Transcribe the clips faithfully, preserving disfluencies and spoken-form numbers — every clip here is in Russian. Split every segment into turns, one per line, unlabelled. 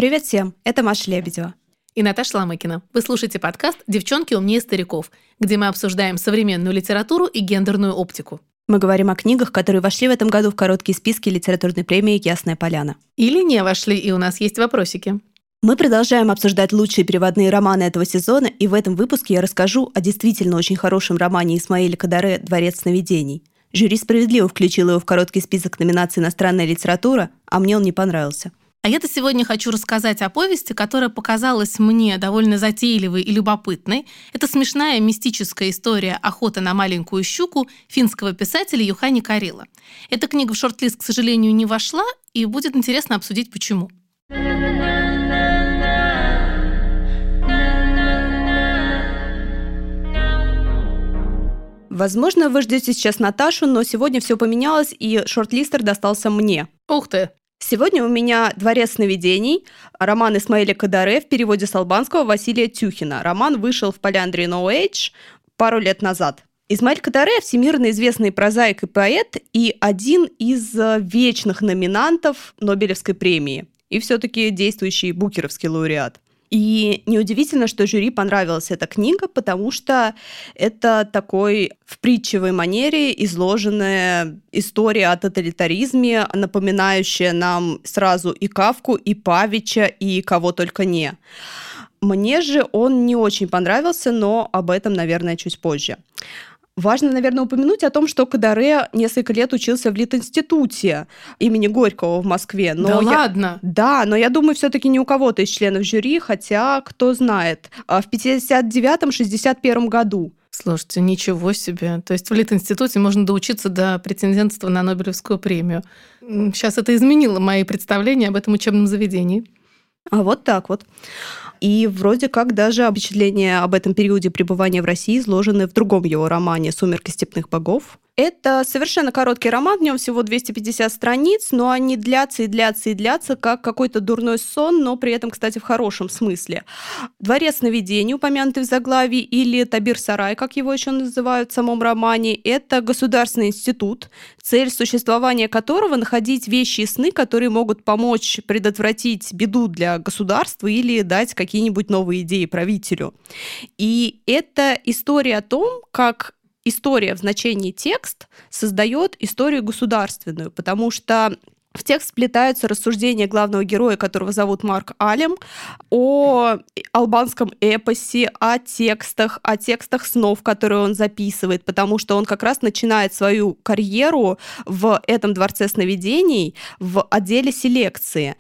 Привет всем, это Маша Лебедева.
И Наташа Ломыкина. Вы слушаете подкаст «Девчонки умнее стариков», где мы обсуждаем современную литературу и гендерную оптику.
Мы говорим о книгах, которые вошли в этом году в короткие списки литературной премии «Ясная поляна».
Или не вошли, и у нас есть вопросики.
Мы продолжаем обсуждать лучшие переводные романы этого сезона, и в этом выпуске я расскажу о действительно очень хорошем романе Исмаиля Кадаре «Дворец сновидений». Жюри справедливо включило его в короткий список номинаций «Иностранная литература», а мне он не понравился.
А я-то сегодня хочу рассказать о повести, которая показалась мне довольно затейливой и любопытной. Это смешная мистическая история «Охота на маленькую щуку» финского писателя Юхани Карила. Эта книга в шорт-лист, к сожалению, не вошла, и будет интересно обсудить, почему.
Возможно, вы ждете сейчас Наташу, но сегодня все поменялось, и шорт-листер достался мне.
Ух ты!
Сегодня у меня «Дворец сновидений», роман Исмаиля Кадаре в переводе с албанского Василия Тюхина. Роман вышел в Поляндрии No Age пару лет назад. Исмаиль Кадаре – всемирно известный прозаик и поэт и один из вечных номинантов Нобелевской премии. И все-таки действующий букеровский лауреат. И неудивительно, что жюри понравилась эта книга, потому что это такой в притчевой манере изложенная история о тоталитаризме, напоминающая нам сразу и Кафку, и Павича, и кого только не. Мне же он не очень понравился, но об этом, наверное, чуть позже. Важно, наверное, упомянуть о том, что Кадаре несколько лет учился в Литинституте имени Горького в Москве.
Но да я... ладно?
Да, но я думаю, все-таки не у кого-то из членов жюри, хотя, кто знает, в пятьдесят девятом — шестьдесят первом году.
Слушайте, ничего себе. То есть в Литинституте можно доучиться до претендентства на Нобелевскую премию. Сейчас это изменило мои представления об этом учебном заведении.
А вот так вот. И вроде как даже впечатления об этом периоде пребывания в России изложены в другом его романе «Сумерки степных богов». Это совершенно короткий роман, в нем всего двести пятьдесят страниц, но они длятся и длятся и длятся, как какой-то дурной сон, но при этом, кстати, в хорошем смысле. «Дворец сновидений», упомянутый в заглавии, или «Табир-сарай», как его еще называют в самом романе, это государственный институт, цель существования которого — находить вещи и сны, которые могут помочь предотвратить беду для государства или дать какие-нибудь новые идеи правителю. И это история о том, как история в значении текст создает историю государственную, потому что в текст вплетаются рассуждения главного героя, которого зовут Марк Алем, о албанском эпосе, о текстах, о текстах снов, которые он записывает, потому что он как раз начинает свою карьеру в этом дворце сновидений в отделе селекции.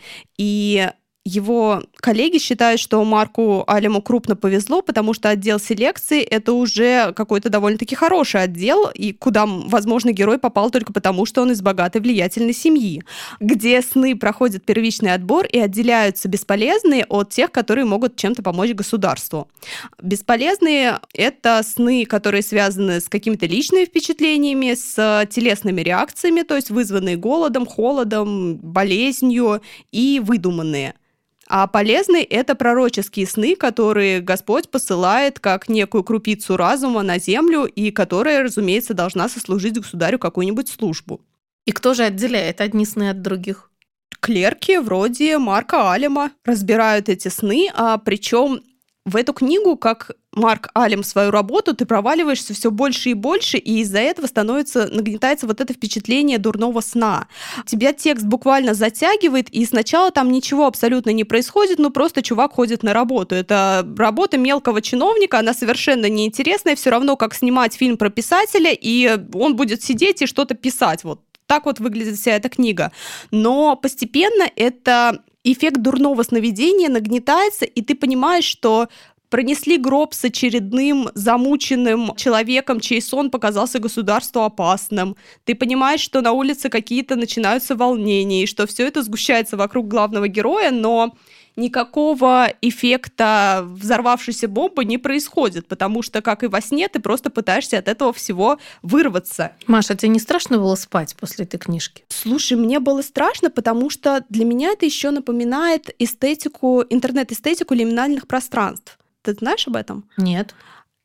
И его коллеги считают, что Марку Алему крупно повезло, потому что отдел селекции — это уже какой-то довольно-таки хороший отдел, и куда, возможно, герой попал только потому, что он из богатой влиятельной семьи, где сны проходят первичный отбор и отделяются бесполезные от тех, которые могут чем-то помочь государству. Бесполезные — это сны, которые связаны с какими-то личными впечатлениями, с телесными реакциями, то есть вызванные голодом, холодом, болезнью, и выдуманные. А полезные — это пророческие сны, которые Господь посылает как некую крупицу разума на землю, и которая, разумеется, должна сослужить государю какую-нибудь службу.
И кто же отделяет одни сны от других?
Клерки вроде Марка Алема разбирают эти сны, а причем в эту книгу, как Марк Алем свою работу, ты проваливаешься все больше и больше, и из-за этого становится, нагнетается вот это впечатление дурного сна. Тебя текст буквально затягивает, и сначала там ничего абсолютно не происходит, ну просто чувак ходит на работу. Это работа мелкого чиновника, она совершенно неинтересная, все равно как снимать фильм про писателя, и он будет сидеть и что-то писать. Вот так вот выглядит вся эта книга. Но постепенно это эффект дурного сновидения нагнетается, и ты понимаешь, что пронесли гроб с очередным замученным человеком, чей сон показался государству опасным. Ты понимаешь, что на улице какие-то начинаются волнения, и что все это сгущается вокруг главного героя, но никакого эффекта взорвавшейся бомбы не происходит, потому что, как и во сне, ты просто пытаешься от этого всего вырваться.
Маша, а тебе не страшно было спать после этой книжки?
Слушай, мне было страшно, потому что для меня это еще напоминает эстетику, интернет-эстетику лиминальных пространств. Ты знаешь об этом?
Нет.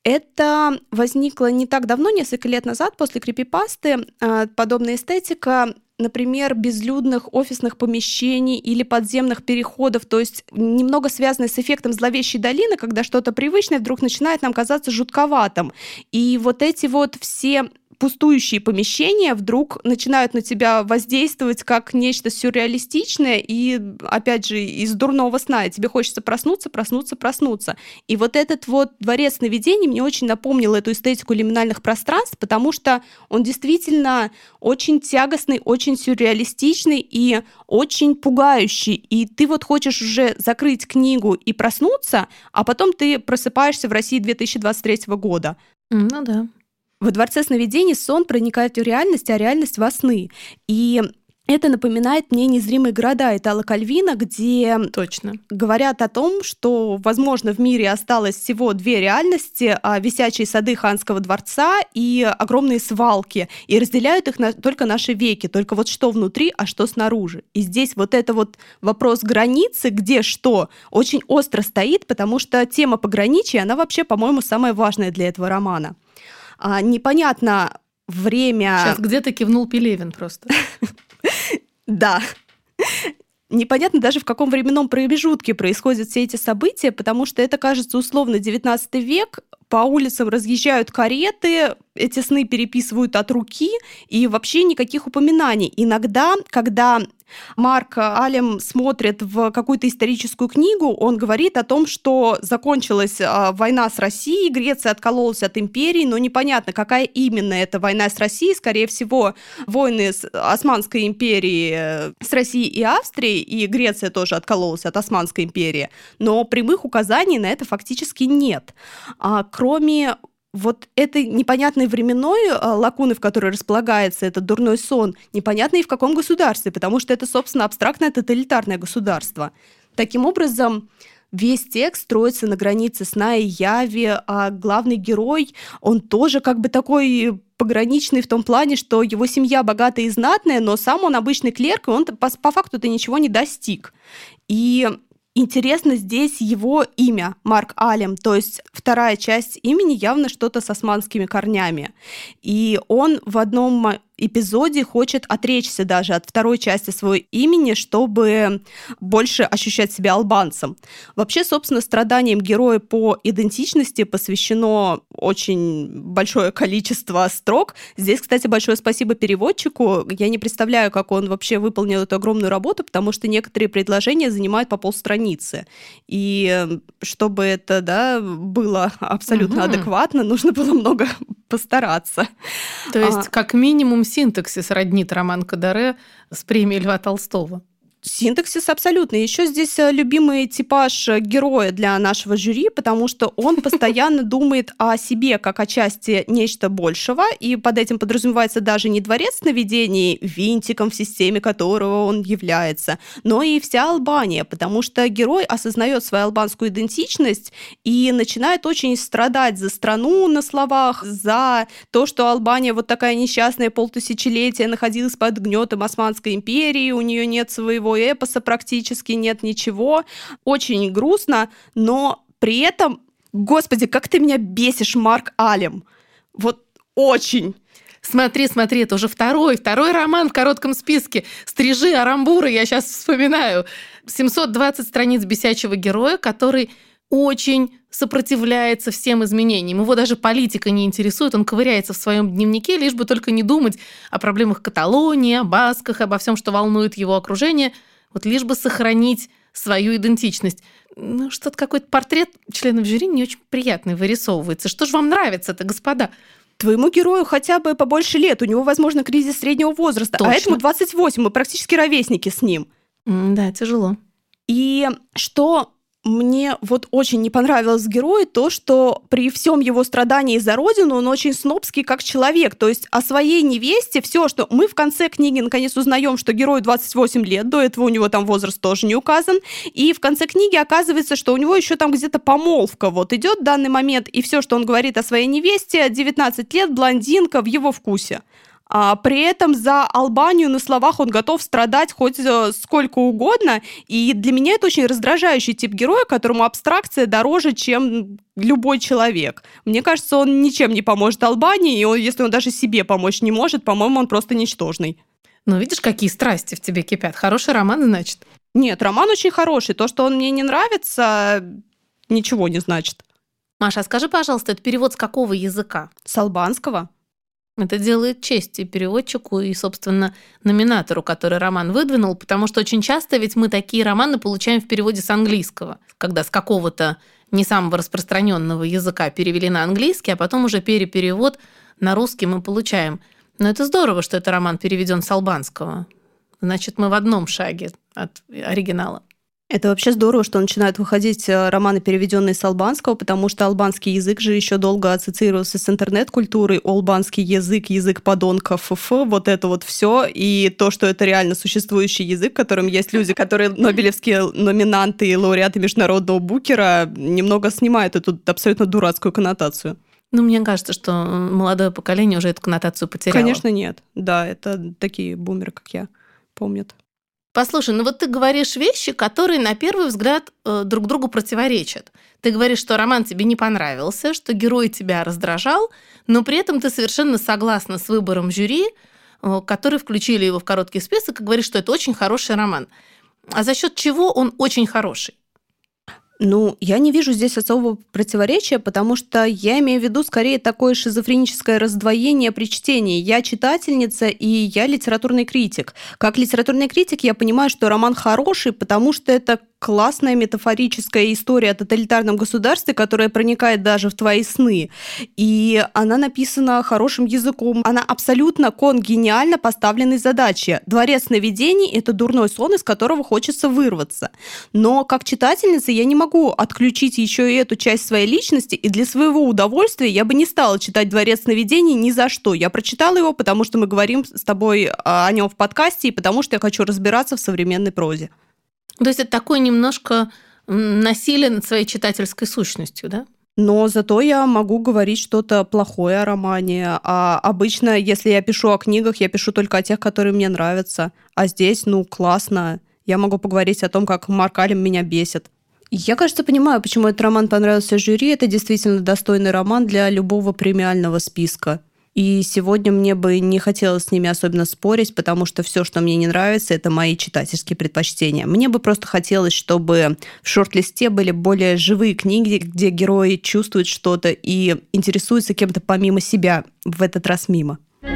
Это возникло не так давно, несколько лет назад, после крипипасты. Подобная эстетика например, безлюдных офисных помещений или подземных переходов, то есть немного связанное с эффектом зловещей долины, когда что-то привычное вдруг начинает нам казаться жутковатым. И вот эти вот все пустующие помещения вдруг начинают на тебя воздействовать как нечто сюрреалистичное и, опять же, из дурного сна. И тебе хочется проснуться, проснуться, проснуться. И вот этот вот дворец сновидений мне очень напомнил эту эстетику лиминальных пространств, потому что он действительно очень тягостный, очень сюрреалистичный и очень пугающий. И ты вот хочешь уже закрыть книгу и проснуться, а потом ты просыпаешься в России две тысячи двадцать третьего года.
Ну да.
Во дворце сновидений сон проникает в реальность, а реальность во сны. И это напоминает мне «Незримые города» Итало Кальвино, где
Точно.
говорят о том, что, возможно, в мире осталось всего две реальности: висячие сады Ханского дворца и огромные свалки. И разделяют их на, только наши веки, только вот что внутри, а что снаружи. И здесь вот это вот вопрос границы, где что, очень остро стоит, потому что тема пограничья, она вообще, по-моему, самая важная для этого романа. А, непонятно время...
Сейчас где-то кивнул Пелевин просто.
Да. Непонятно даже, в каком временном промежутке происходят все эти события, потому что это, кажется, условно девятнадцатый век, по улицам разъезжают кареты, эти сны переписывают от руки, и вообще никаких упоминаний. Иногда, когда Марк Алем смотрит в какую-то историческую книгу, он говорит о том, что закончилась война с Россией, Греция откололась от империи, но непонятно, какая именно эта война с Россией. Скорее всего, войны с Османской империей с Россией и Австрией, и Греция тоже откололась от Османской империи, но прямых указаний на это фактически нет. Кроме вот этой непонятной временной лакуны, в которой располагается этот дурной сон, непонятно и в каком государстве, потому что это, собственно, абстрактное тоталитарное государство. Таким образом, весь текст строится на границе сна и яви, а главный герой, он тоже как бы такой пограничный в том плане, что его семья богатая и знатная, но сам он обычный клерк, и он по, по факту-то ничего не достиг. И интересно здесь его имя, Марк Алем, то есть вторая часть имени явно что-то с османскими корнями. И он в одном эпизоде хочет отречься даже от второй части своего имени, чтобы больше ощущать себя албанцем. Вообще, собственно, страданиям героя по идентичности посвящено очень большое количество строк. Здесь, кстати, большое спасибо переводчику. Я не представляю, как он вообще выполнил эту огромную работу, потому что некоторые предложения занимают по полстраницы. И чтобы это, да, было абсолютно угу. адекватно, нужно было много постараться.
То есть, а... как минимум, синтаксис роднит роман Кодаре с премией Льва Толстого.
Синтаксис абсолютно. Еще здесь любимый типаж героя для нашего жюри, потому что он постоянно думает о себе как о части нечто большего, и под этим подразумевается даже не дворец сновидений, винтиком в системе которого он является, но и вся Албания, потому что герой осознает свою албанскую идентичность и начинает очень страдать за страну на словах, за то, что Албания вот такая несчастная полтысячелетия находилась под гнетом Османской империи, у нее нет своего эпоса практически, нет ничего. Очень грустно, но при этом, господи, как ты меня бесишь, Марк Алем. Вот очень.
Смотри, смотри, это уже второй, второй роман в коротком списке. «Стрижи Арамбуры», я сейчас вспоминаю. семьсот двадцать страниц бесячего героя, который очень сопротивляется всем изменениям. Его даже политика не интересует, он ковыряется в своем дневнике, лишь бы только не думать о проблемах Каталонии, о басках, обо всем, что волнует его окружение, вот лишь бы сохранить свою идентичность. Ну, что-то какой-то портрет членов жюри не очень приятный вырисовывается. Что же вам нравится-то, господа?
Твоему герою хотя бы побольше лет, у него, возможно, кризис среднего возраста,
Точно.
А этому двадцать восемь, мы практически ровесники с ним.
М, да, тяжело.
И что мне вот очень не понравилось в герое, то, что при всем его страдании за родину он очень снобский как человек. То есть о своей невесте все, что мы в конце книги наконец узнаем, что герою двадцать восемь лет, до этого у него там возраст тоже не указан, и в конце книги оказывается, что у него еще там где-то помолвка вот идет в данный момент, и все, что он говорит о своей невесте, девятнадцать лет, блондинка в его вкусе. А при этом за Албанию на словах он готов страдать хоть сколько угодно. И для меня это очень раздражающий тип героя, которому абстракция дороже, чем любой человек. Мне кажется, он ничем не поможет Албании, и он, если он даже себе помочь не может, по-моему, он просто ничтожный.
Ну, видишь, какие страсти в тебе кипят. Хороший роман, значит.
Нет, роман очень хороший. То, что он мне не нравится, ничего не значит.
Маша, а скажи, пожалуйста, это перевод с какого языка?
С албанского.
Это делает честь и переводчику, и, собственно, номинатору, который роман выдвинул, потому что очень часто ведь мы такие романы получаем в переводе с английского, когда с какого-то не самого распространенного языка перевели на английский, а потом уже переперевод на русский мы получаем. Но это здорово, что это роман переведен с албанского. Значит, мы в одном шаге от оригинала.
Это вообще здорово, что начинают выходить романы, переведенные с албанского, потому что албанский язык же еще долго ассоциировался с интернет-культурой. Албанский язык, язык подонков, ф, вот это вот все. И то, что это реально существующий язык, в котором есть люди, которые нобелевские номинанты и лауреаты международного букера, немного снимает эту абсолютно дурацкую коннотацию.
Ну, мне кажется, что молодое поколение уже эту коннотацию потеряло.
Конечно, нет. Да, это такие бумеры, как я, помнят.
Послушай, ну вот ты говоришь вещи, которые на первый взгляд э, друг другу противоречат. Ты говоришь, что роман тебе не понравился, что герой тебя раздражал, но при этом ты совершенно согласна с выбором жюри, э, которые включили его в короткий список, и говоришь, что это очень хороший роман. А за счет чего он очень хороший?
Ну, я не вижу здесь особого противоречия, потому что я имею в виду скорее такое шизофреническое раздвоение при чтении. Я читательница, и я литературный критик. Как литературный критик я понимаю, что роман хороший, потому что это классная метафорическая история о тоталитарном государстве, которая проникает даже в твои сны. И она написана хорошим языком. Она абсолютно конгениально поставленной задачи. Дворец сновидений — это дурной сон, из которого хочется вырваться. Но как читательница я не могу отключить еще и эту часть своей личности, и для своего удовольствия я бы не стала читать «Дворец сновидений» ни за что. Я прочитала его, потому что мы говорим с тобой о нем в подкасте, и потому что я хочу разбираться в современной прозе.
То есть это такое немножко насилие над своей читательской сущностью, да?
Но зато я могу говорить что-то плохое о романе. А обычно, если я пишу о книгах, я пишу только о тех, которые мне нравятся. А здесь, ну, классно. Я могу поговорить о том, как Марк Аллен меня бесит. Я, кажется, понимаю, почему этот роман понравился жюри. Это действительно достойный роман для любого премиального списка. И сегодня мне бы не хотелось с ними особенно спорить, потому что все, что мне не нравится, это мои читательские предпочтения. Мне бы просто хотелось, чтобы в шорт-листе были более живые книги, где герои чувствуют что-то и интересуются кем-то помимо себя, в этот раз мимо.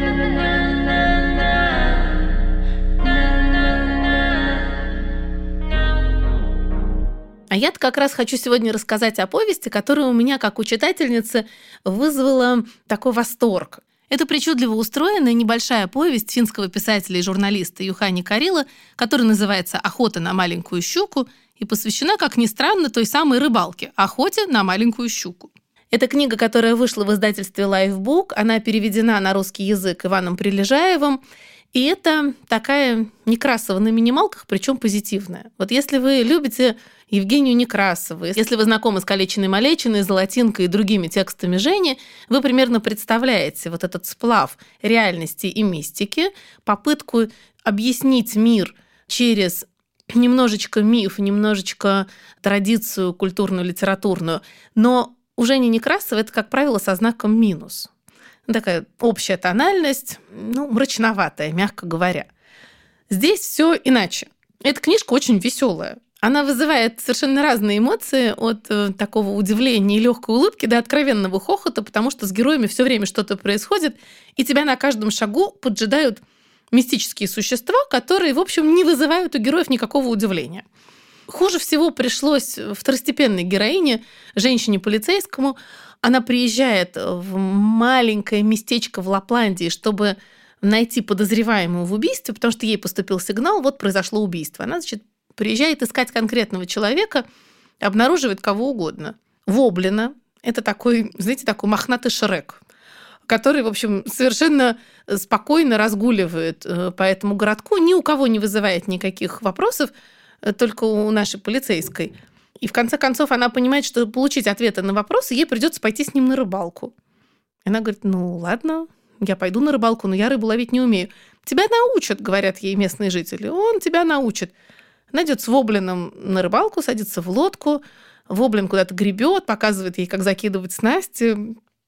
А я-то как раз хочу сегодня рассказать о повести, которая у меня, как у читательницы, вызвала такой восторг. Это причудливо устроенная небольшая повесть финского писателя и журналиста Юхани Карила, которая называется «Охота на маленькую щуку» и посвящена, как ни странно, той самой рыбалке – охоте на маленькую щуку. Это книга, которая вышла в издательстве Lifebook, она переведена на русский язык Иваном Прилежаевым, и это такая Некрасова на минималках, причем позитивная. Вот если вы любите Евгению Некрасову, если вы знакомы с «Калеченной Малечиной», «Золотинкой» и другими текстами Жени, вы примерно представляете вот этот сплав реальности и мистики, попытку объяснить мир через немножечко миф, немножечко традицию культурную, литературную. Но у Жени Некрасовой это, как правило, со знаком минус. Такая общая тональность, ну, мрачноватая, мягко говоря. Здесь все иначе. Эта книжка очень веселая. Она вызывает совершенно разные эмоции, от э, такого удивления и легкой улыбки до откровенного хохота, потому что с героями все время что-то происходит, и тебя на каждом шагу поджидают мистические существа, которые, в общем, не вызывают у героев никакого удивления. Хуже всего пришлось второстепенной героине, женщине-полицейскому. Она приезжает в маленькое местечко в Лапландии, чтобы найти подозреваемую в убийстве, потому что ей поступил сигнал, вот произошло убийство. Она, значит, приезжает искать конкретного человека, обнаруживает кого угодно. Воблина – это такой, знаете, такой мохнатый Шрек, который, в общем, совершенно спокойно разгуливает по этому городку, ни у кого не вызывает никаких вопросов, только у нашей полицейской. И в конце концов она понимает, что получить ответы на вопросы ей придется пойти с ним на рыбалку. Она говорит, ну ладно, я пойду на рыбалку, но я рыбу ловить не умею. Тебя научат, говорят ей местные жители, он тебя научит. Она идет с Воблином на рыбалку, садится в лодку, Воблин куда-то гребет, показывает ей, как закидывать снасти.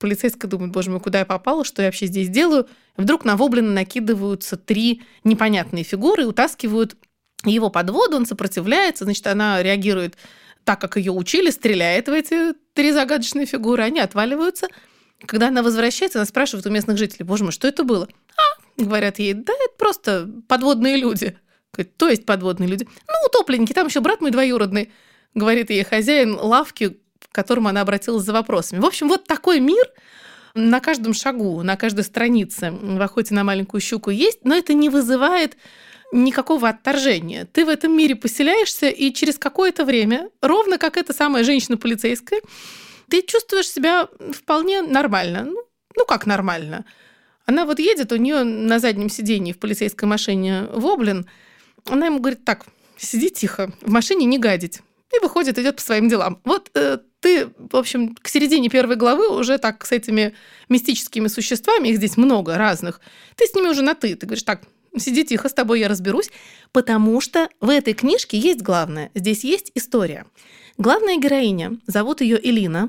полицейская думает: боже мой, куда я попала, что я вообще здесь делаю? Вдруг на Воблина накидываются три непонятные фигуры и утаскивают его под воду, он сопротивляется, значит, она реагирует так, как ее учили, стреляет в эти три загадочные фигуры, они отваливаются. Когда она возвращается, она спрашивает у местных жителей: боже мой, что это было? А, говорят ей: да это просто подводные люди. Говорит: то есть подводные люди? Ну, утопленники, там еще брат мой двоюродный, говорит ей хозяин лавки, к которому она обратилась за вопросами. В общем, вот такой мир на каждом шагу, на каждой странице в «Охоте на маленькую щуку» есть, но это не вызывает никакого отторжения. Ты в этом мире поселяешься, и через какое-то время, ровно как эта самая женщина-полицейская, ты чувствуешь себя вполне нормально. Ну, ну как нормально? Она вот едет, у нее на заднем сидении в полицейской машине Воблин, она ему говорит: так, сиди тихо, в машине не гадить. И выходит, идет по своим делам. Вот э, ты, в общем, к середине первой главы уже так с этими мистическими существами, их здесь много разных, ты с ними уже на «ты». Ты говоришь: так, сиди тихо, с тобой я разберусь, потому что в этой книжке есть главное. Здесь есть история. Главная героиня, зовут ее Элина,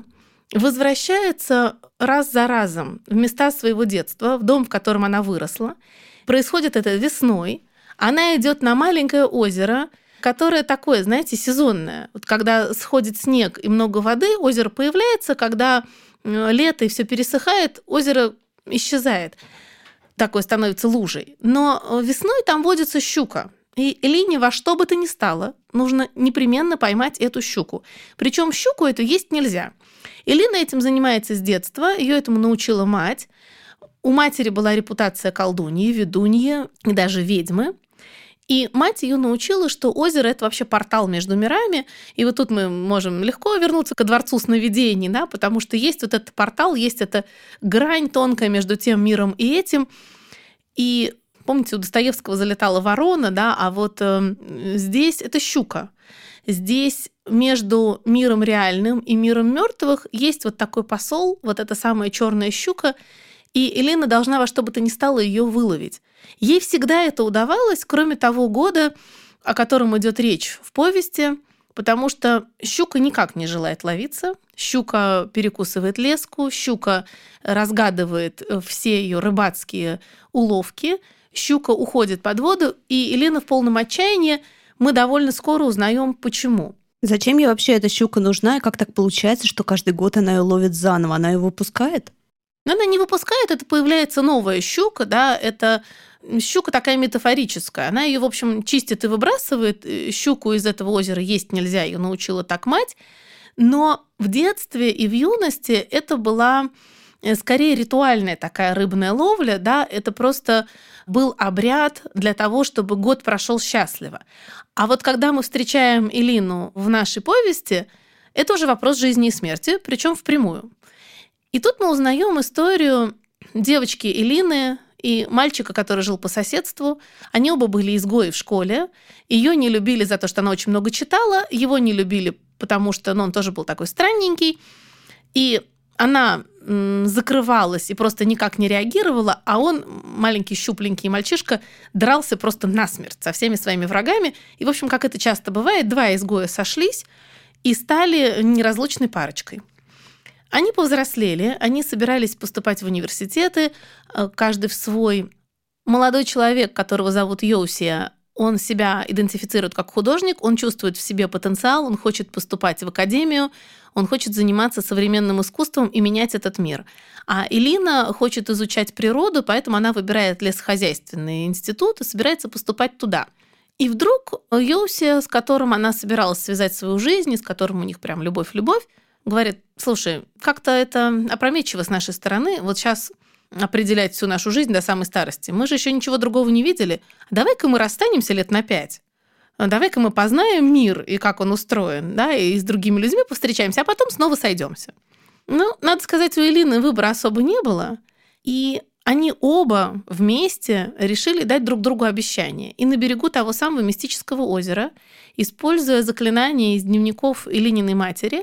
возвращается раз за разом в места своего детства, в дом, в котором она выросла. Происходит это весной. Она идет на маленькое озеро, которое такое, знаете, сезонное. Вот когда сходит снег и много воды, озеро появляется, когда лето и все пересыхает, озеро исчезает. Такое становится лужей. Но весной там водится щука. И Элине во что бы то ни стало нужно непременно поймать эту щуку. Причем щуку эту есть нельзя. Элина этим занимается с детства, ее этому научила мать. У матери была репутация колдуньи, ведуньи и даже ведьмы. И мать ее научила, что озеро – это вообще портал между мирами. И вот тут мы можем легко вернуться ко дворцу сновидений, да, потому что есть вот этот портал, есть эта грань тонкая между тем миром и этим. И помните, у Достоевского залетала ворона, да, а вот э, здесь это щука. Здесь между миром реальным и миром мертвых есть вот такой посол, вот эта самая черная щука, и Элина должна во что бы то ни стало ее выловить. Ей всегда это удавалось, кроме того года, о котором идет речь в повести, потому что щука никак не желает ловиться, щука перекусывает леску, щука разгадывает все ее рыбацкие уловки, щука уходит под воду, и Элина в полном отчаянии. Мы довольно скоро узнаем, почему.
Зачем ей вообще эта щука нужна, и как так получается, что каждый год она ее ловит заново? Она ее выпускает?
Но она не выпускает, это появляется новая щука, да, это щука такая метафорическая. Она ее, в общем, чистит и выбрасывает. Щуку из этого озера есть нельзя, ее научила так мать. Но в детстве и в юности это была скорее ритуальная такая рыбная ловля, да, это просто был обряд для того, чтобы год прошел счастливо. А вот когда мы встречаем Элину в нашей повести, это уже вопрос жизни и смерти, причем впрямую. И тут мы узнаем историю девочки Элины и мальчика, который жил по соседству. Они оба были изгои в школе. Ее не любили за то, что она очень много читала. Его не любили, потому что ну, он тоже был такой странненький. И она м, закрывалась и просто никак не реагировала, а он, маленький щупленький мальчишка, дрался просто насмерть со всеми своими врагами. И, в общем, как это часто бывает, два изгоя сошлись и стали неразлучной парочкой. Они повзрослели, они собирались поступать в университеты, каждый в свой. Молодой человек, которого зовут Йоусия, он себя идентифицирует как художник, он чувствует в себе потенциал, он хочет поступать в академию, он хочет заниматься современным искусством и менять этот мир. А Элина хочет изучать природу, поэтому она выбирает лесохозяйственный институт и собирается поступать туда. И вдруг Йоусия, с которым она собиралась связать свою жизнь, и с которым у них прям любовь-любовь, говорит: слушай, как-то это опрометчиво с нашей стороны, вот сейчас определять всю нашу жизнь до самой старости. Мы же еще ничего другого не видели. Давай-ка мы расстанемся лет на пять. Давай-ка мы познаем мир и как он устроен, да, и с другими людьми повстречаемся, а потом снова сойдемся. Ну, надо сказать, у Элины выбора особо не было, и они оба вместе решили дать друг другу обещание. И на берегу того самого мистического озера, используя заклинание из дневников Элининой матери,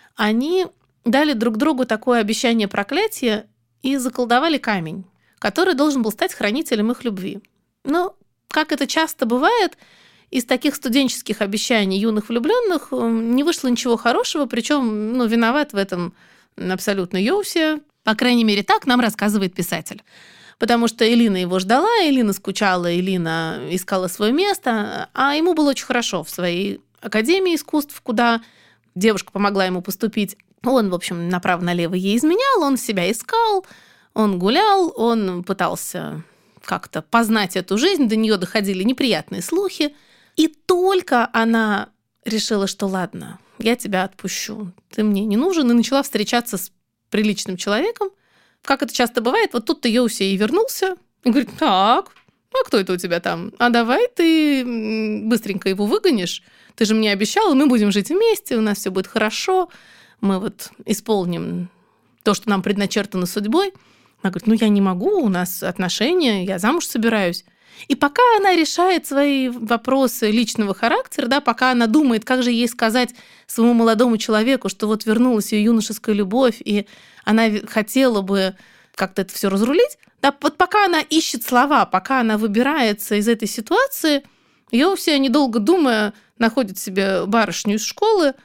они дали друг другу такое обещание проклятия и заколдовали камень, который должен был стать хранителем их любви. Но, как это часто бывает, из таких студенческих обещаний юных влюбленных не вышло ничего хорошего, причем ну, виноват в этом абсолютно Йоусия, По крайней мере, так нам рассказывает писатель. Потому что Элина его ждала, Элина скучала, Элина искала свое место, а ему было очень хорошо в своей академии искусств, куда девушка помогла ему поступить. Он, в общем, направо-налево ей изменял, он себя искал, он гулял, он пытался как-то познать эту жизнь, до нее доходили неприятные слухи. И только она решила, что ладно, я тебя отпущу, ты мне не нужен, и начала встречаться с приличным человеком. Как это часто бывает, вот тут-то Йоусе и вернулся, и говорит: так, а кто это у тебя там? А давай ты быстренько его выгонишь, ты же мне обещал, мы будем жить вместе, у нас все будет хорошо, мы вот исполним то, что нам предначертано судьбой. Она говорит: ну я не могу, у нас отношения, я замуж собираюсь. И пока она решает свои вопросы личного характера, да, пока она думает, как же ей сказать своему молодому человеку, что вот вернулась ее юношеская любовь, и она хотела бы как-то это все разрулить, да, вот пока она ищет слова, пока она выбирается из этой ситуации, Йоусе, недолго думая, находит себе барышню из школы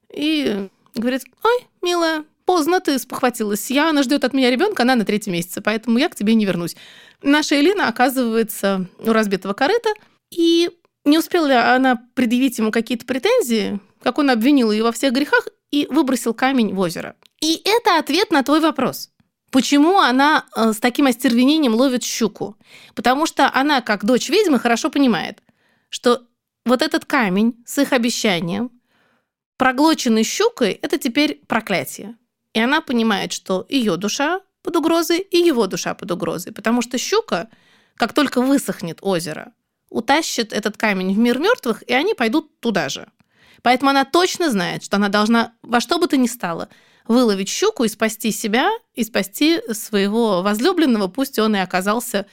и говорит: ой, милая, поздно ты спохватилась. Яна ждет от меня ребенка, она на третьем месяце, поэтому я к тебе не вернусь. Наша Элина оказывается у разбитого корыта, и не успела ли она предъявить ему какие-то претензии, как он обвинил ее во всех грехах и выбросил камень в озеро. И это ответ на твой вопрос. Почему она с таким остервенением ловит щуку? Потому что она, как дочь ведьмы, хорошо понимает, что вот этот камень с их обещанием, проглоченный щукой, это теперь проклятие. И она понимает, что ее душа под угрозой и его душа под угрозой. Потому что щука, как только высохнет озеро, утащит этот камень в мир мертвых, и они пойдут туда же. Поэтому она точно знает, что она должна во что бы то ни стало выловить щуку и спасти себя, и спасти своего возлюбленного, пусть он и оказался,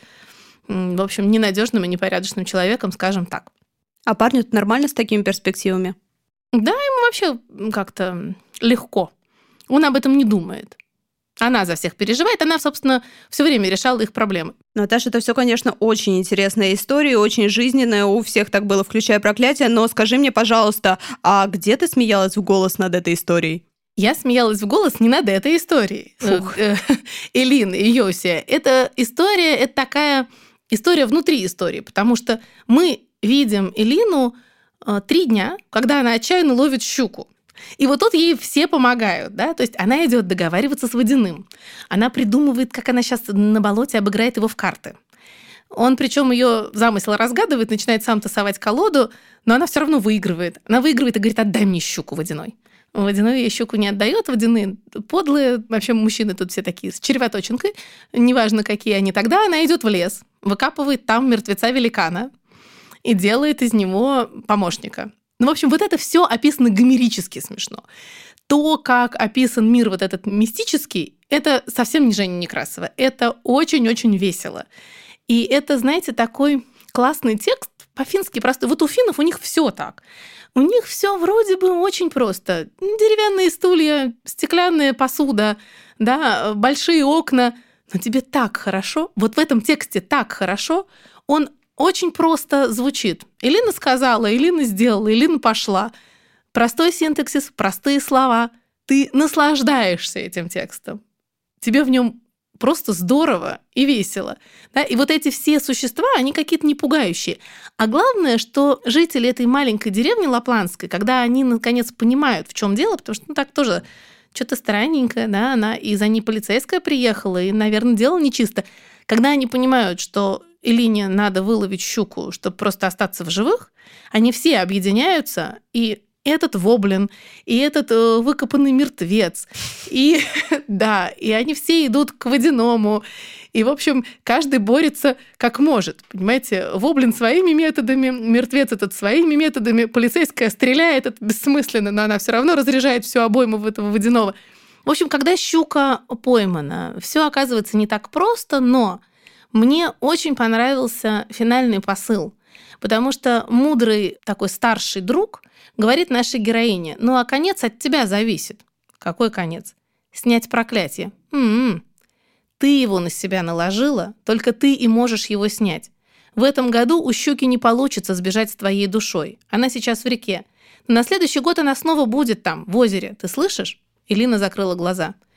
в общем, ненадежным и непорядочным человеком, скажем так.
А парню-то нормально с такими перспективами?
Да, ему вообще как-то легко. Он об этом не думает. Она за всех переживает, она, собственно, все время решала их проблемы.
Наташа, это все, конечно, очень интересная история, очень жизненная, у всех так было, включая проклятие, но скажи мне, пожалуйста, а где ты смеялась в голос над этой историей?
Я смеялась в голос не над этой историей.
Фух.
Элины и Йоусе. Эта история, это такая история внутри истории, потому что мы видим Элину три дня, когда она отчаянно ловит щуку. И вот тут ей все помогают, да, то есть она идет договариваться с Водяным. Она придумывает, как она сейчас на болоте обыграет его в карты. Он, причем ее замысел разгадывает, начинает сам тасовать колоду, но она все равно выигрывает. Она выигрывает и говорит: отдай мне щуку, Водяной. Водяной ей щуку не отдает, Водяные подлые, вообще мужчины тут все такие с червоточинкой, неважно какие они. Тогда она идет в лес, выкапывает там мертвеца-великана и делает из него помощника. Ну, в общем, вот это все описано гомерически смешно. То, как описан мир вот этот мистический, это совсем не Женя Некрасова. Это очень-очень весело. И это, знаете, такой классный текст, по-фински простой. Вот у финнов у них все так. У них все вроде бы очень просто. Деревянные стулья, стеклянная посуда, да, большие окна. Но тебе так хорошо. Вот в этом тексте так хорошо. Он очень просто звучит. Элина сказала, Элина сделала, Элина пошла. Простой синтаксис, простые слова. Ты наслаждаешься этим текстом. Тебе в нем просто здорово и весело. Да? И вот эти все существа, они какие-то не пугающие. А главное, что жители этой маленькой деревни Лапландской, когда они наконец понимают, в чем дело, потому что ну, так тоже что-то странненькое, да, она и за ней полицейская приехала, и, наверное, дело нечисто. Когда они понимают, что Элине надо выловить щуку, чтобы просто остаться в живых, они все объединяются, и этот воблин, и этот э, выкопанный мертвец, и да, и они все идут к Водяному, и, в общем, каждый борется как может, понимаете? Воблин своими методами, мертвец этот своими методами, полицейская стреляет, это бессмысленно, но она все равно разряжает всю обойму в этого Водяного. В общем, когда щука поймана, все оказывается не так просто, но мне очень понравился финальный посыл, потому что мудрый такой старший друг говорит нашей героине: ну а конец от тебя зависит. Какой конец? Снять проклятие. М-м-м. Ты его на себя наложила, только ты и можешь его снять. В этом году у щуки не получится сбежать с твоей душой. Она сейчас в реке. Но на следующий год она снова будет там, в озере. Ты слышишь? Элина закрыла глаза.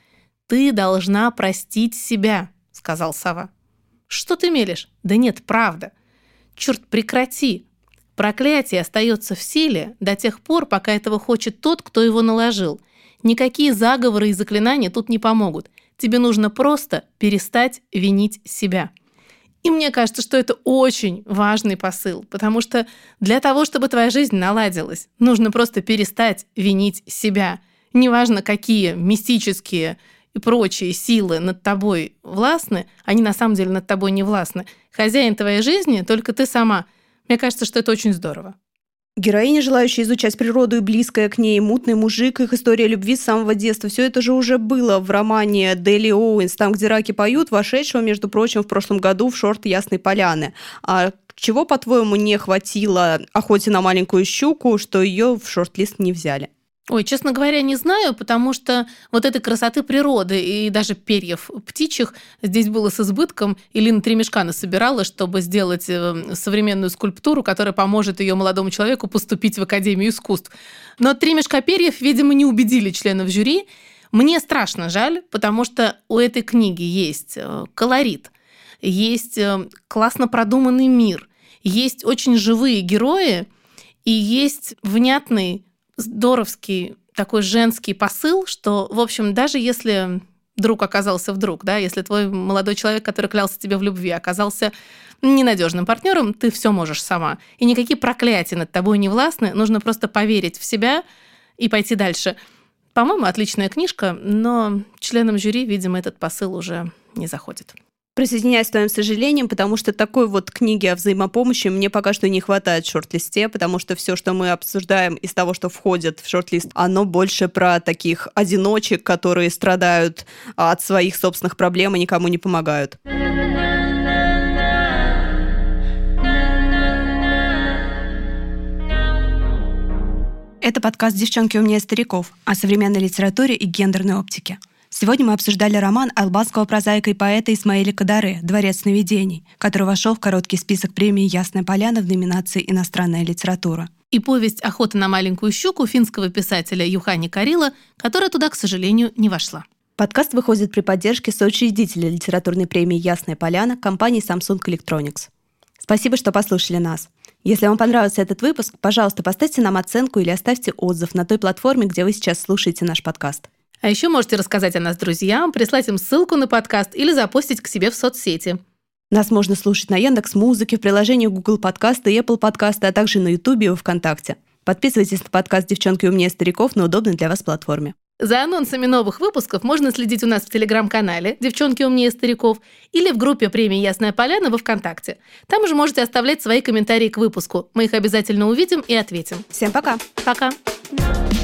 «Ты должна простить себя», — сказал сова. «Что ты мелешь?» «Да нет, правда». «Черт, прекрати. Проклятие остается в силе до тех пор, пока этого хочет тот, кто его наложил. Никакие заговоры и заклинания тут не помогут. Тебе нужно просто перестать винить себя». И мне кажется, что это очень важный посыл, потому что для того, чтобы твоя жизнь наладилась, нужно просто перестать винить себя. Неважно, какие мистические и прочие силы над тобой властны, они на самом деле над тобой не властны. Хозяин твоей жизни только ты сама. Мне кажется, что это очень здорово.
Героиня, желающая изучать природу и близкая к ней, мутный мужик, их история любви с самого детства. Все это же уже было в романе Дели Оуэнс, там, где раки поют, вошедшего, между прочим, в прошлом году в шорт «Ясной поляны». А чего, по-твоему, не хватило «Охоте на маленькую щуку», что ее в шорт-лист не взяли?
Ой, честно говоря, не знаю, потому что вот этой красоты природы и даже перьев птичьих здесь было с избытком. И Лина три мешка насобирала, чтобы сделать современную скульптуру, которая поможет ее молодому человеку поступить в Академию искусств. Но три мешка перьев, видимо, не убедили членов жюри. Мне страшно жаль, потому что у этой книги есть колорит, есть классно продуманный мир, есть очень живые герои и есть внятный, здоровский такой женский посыл, что, в общем, даже если друг оказался вдруг, да, если твой молодой человек, который клялся тебе в любви, оказался ненадежным партнером, ты все можешь сама. И никакие проклятия над тобой не властны, нужно просто поверить в себя и пойти дальше. По-моему, отличная книжка, но членам жюри, видимо, этот посыл уже не заходит.
Присоединяюсь к твоим сожалениям, потому что такой вот книги о взаимопомощи мне пока что не хватает в шорт-листе, потому что все, что мы обсуждаем из того, что входит в шорт-лист, оно больше про таких одиночек, которые страдают от своих собственных проблем и никому не помогают. Это подкаст «Девчонки умнее стариков» о современной литературе и гендерной оптике. Сегодня мы обсуждали роман албанского прозаика и поэта Исмаиля Кадаре «Дворец сновидений», который вошел в короткий список премии «Ясная поляна» в номинации «Иностранная литература».
И повесть «Охота на маленькую щуку» финского писателя Юхани Карила, которая туда, к сожалению, не вошла.
Подкаст выходит при поддержке соучредителя литературной премии «Ясная поляна» компании Samsung Electronics. Спасибо, что послушали нас. Если вам понравился этот выпуск, пожалуйста, поставьте нам оценку или оставьте отзыв на той платформе, где вы сейчас слушаете наш подкаст.
А еще можете рассказать о нас друзьям, прислать им ссылку на подкаст или запостить к себе в соцсети.
Нас можно слушать на Яндекс.Музыке, в приложении Google Подкасты и Apple Подкасты, а также на Ютубе и ВКонтакте. Подписывайтесь на подкаст «Девчонки умнее стариков» на удобной для вас платформе.
За анонсами новых выпусков можно следить у нас в телеграм-канале «Девчонки умнее стариков» или в группе премии «Ясная поляна» во ВКонтакте. Там же можете оставлять свои комментарии к выпуску. Мы их обязательно увидим и ответим.
Всем пока!
Пока!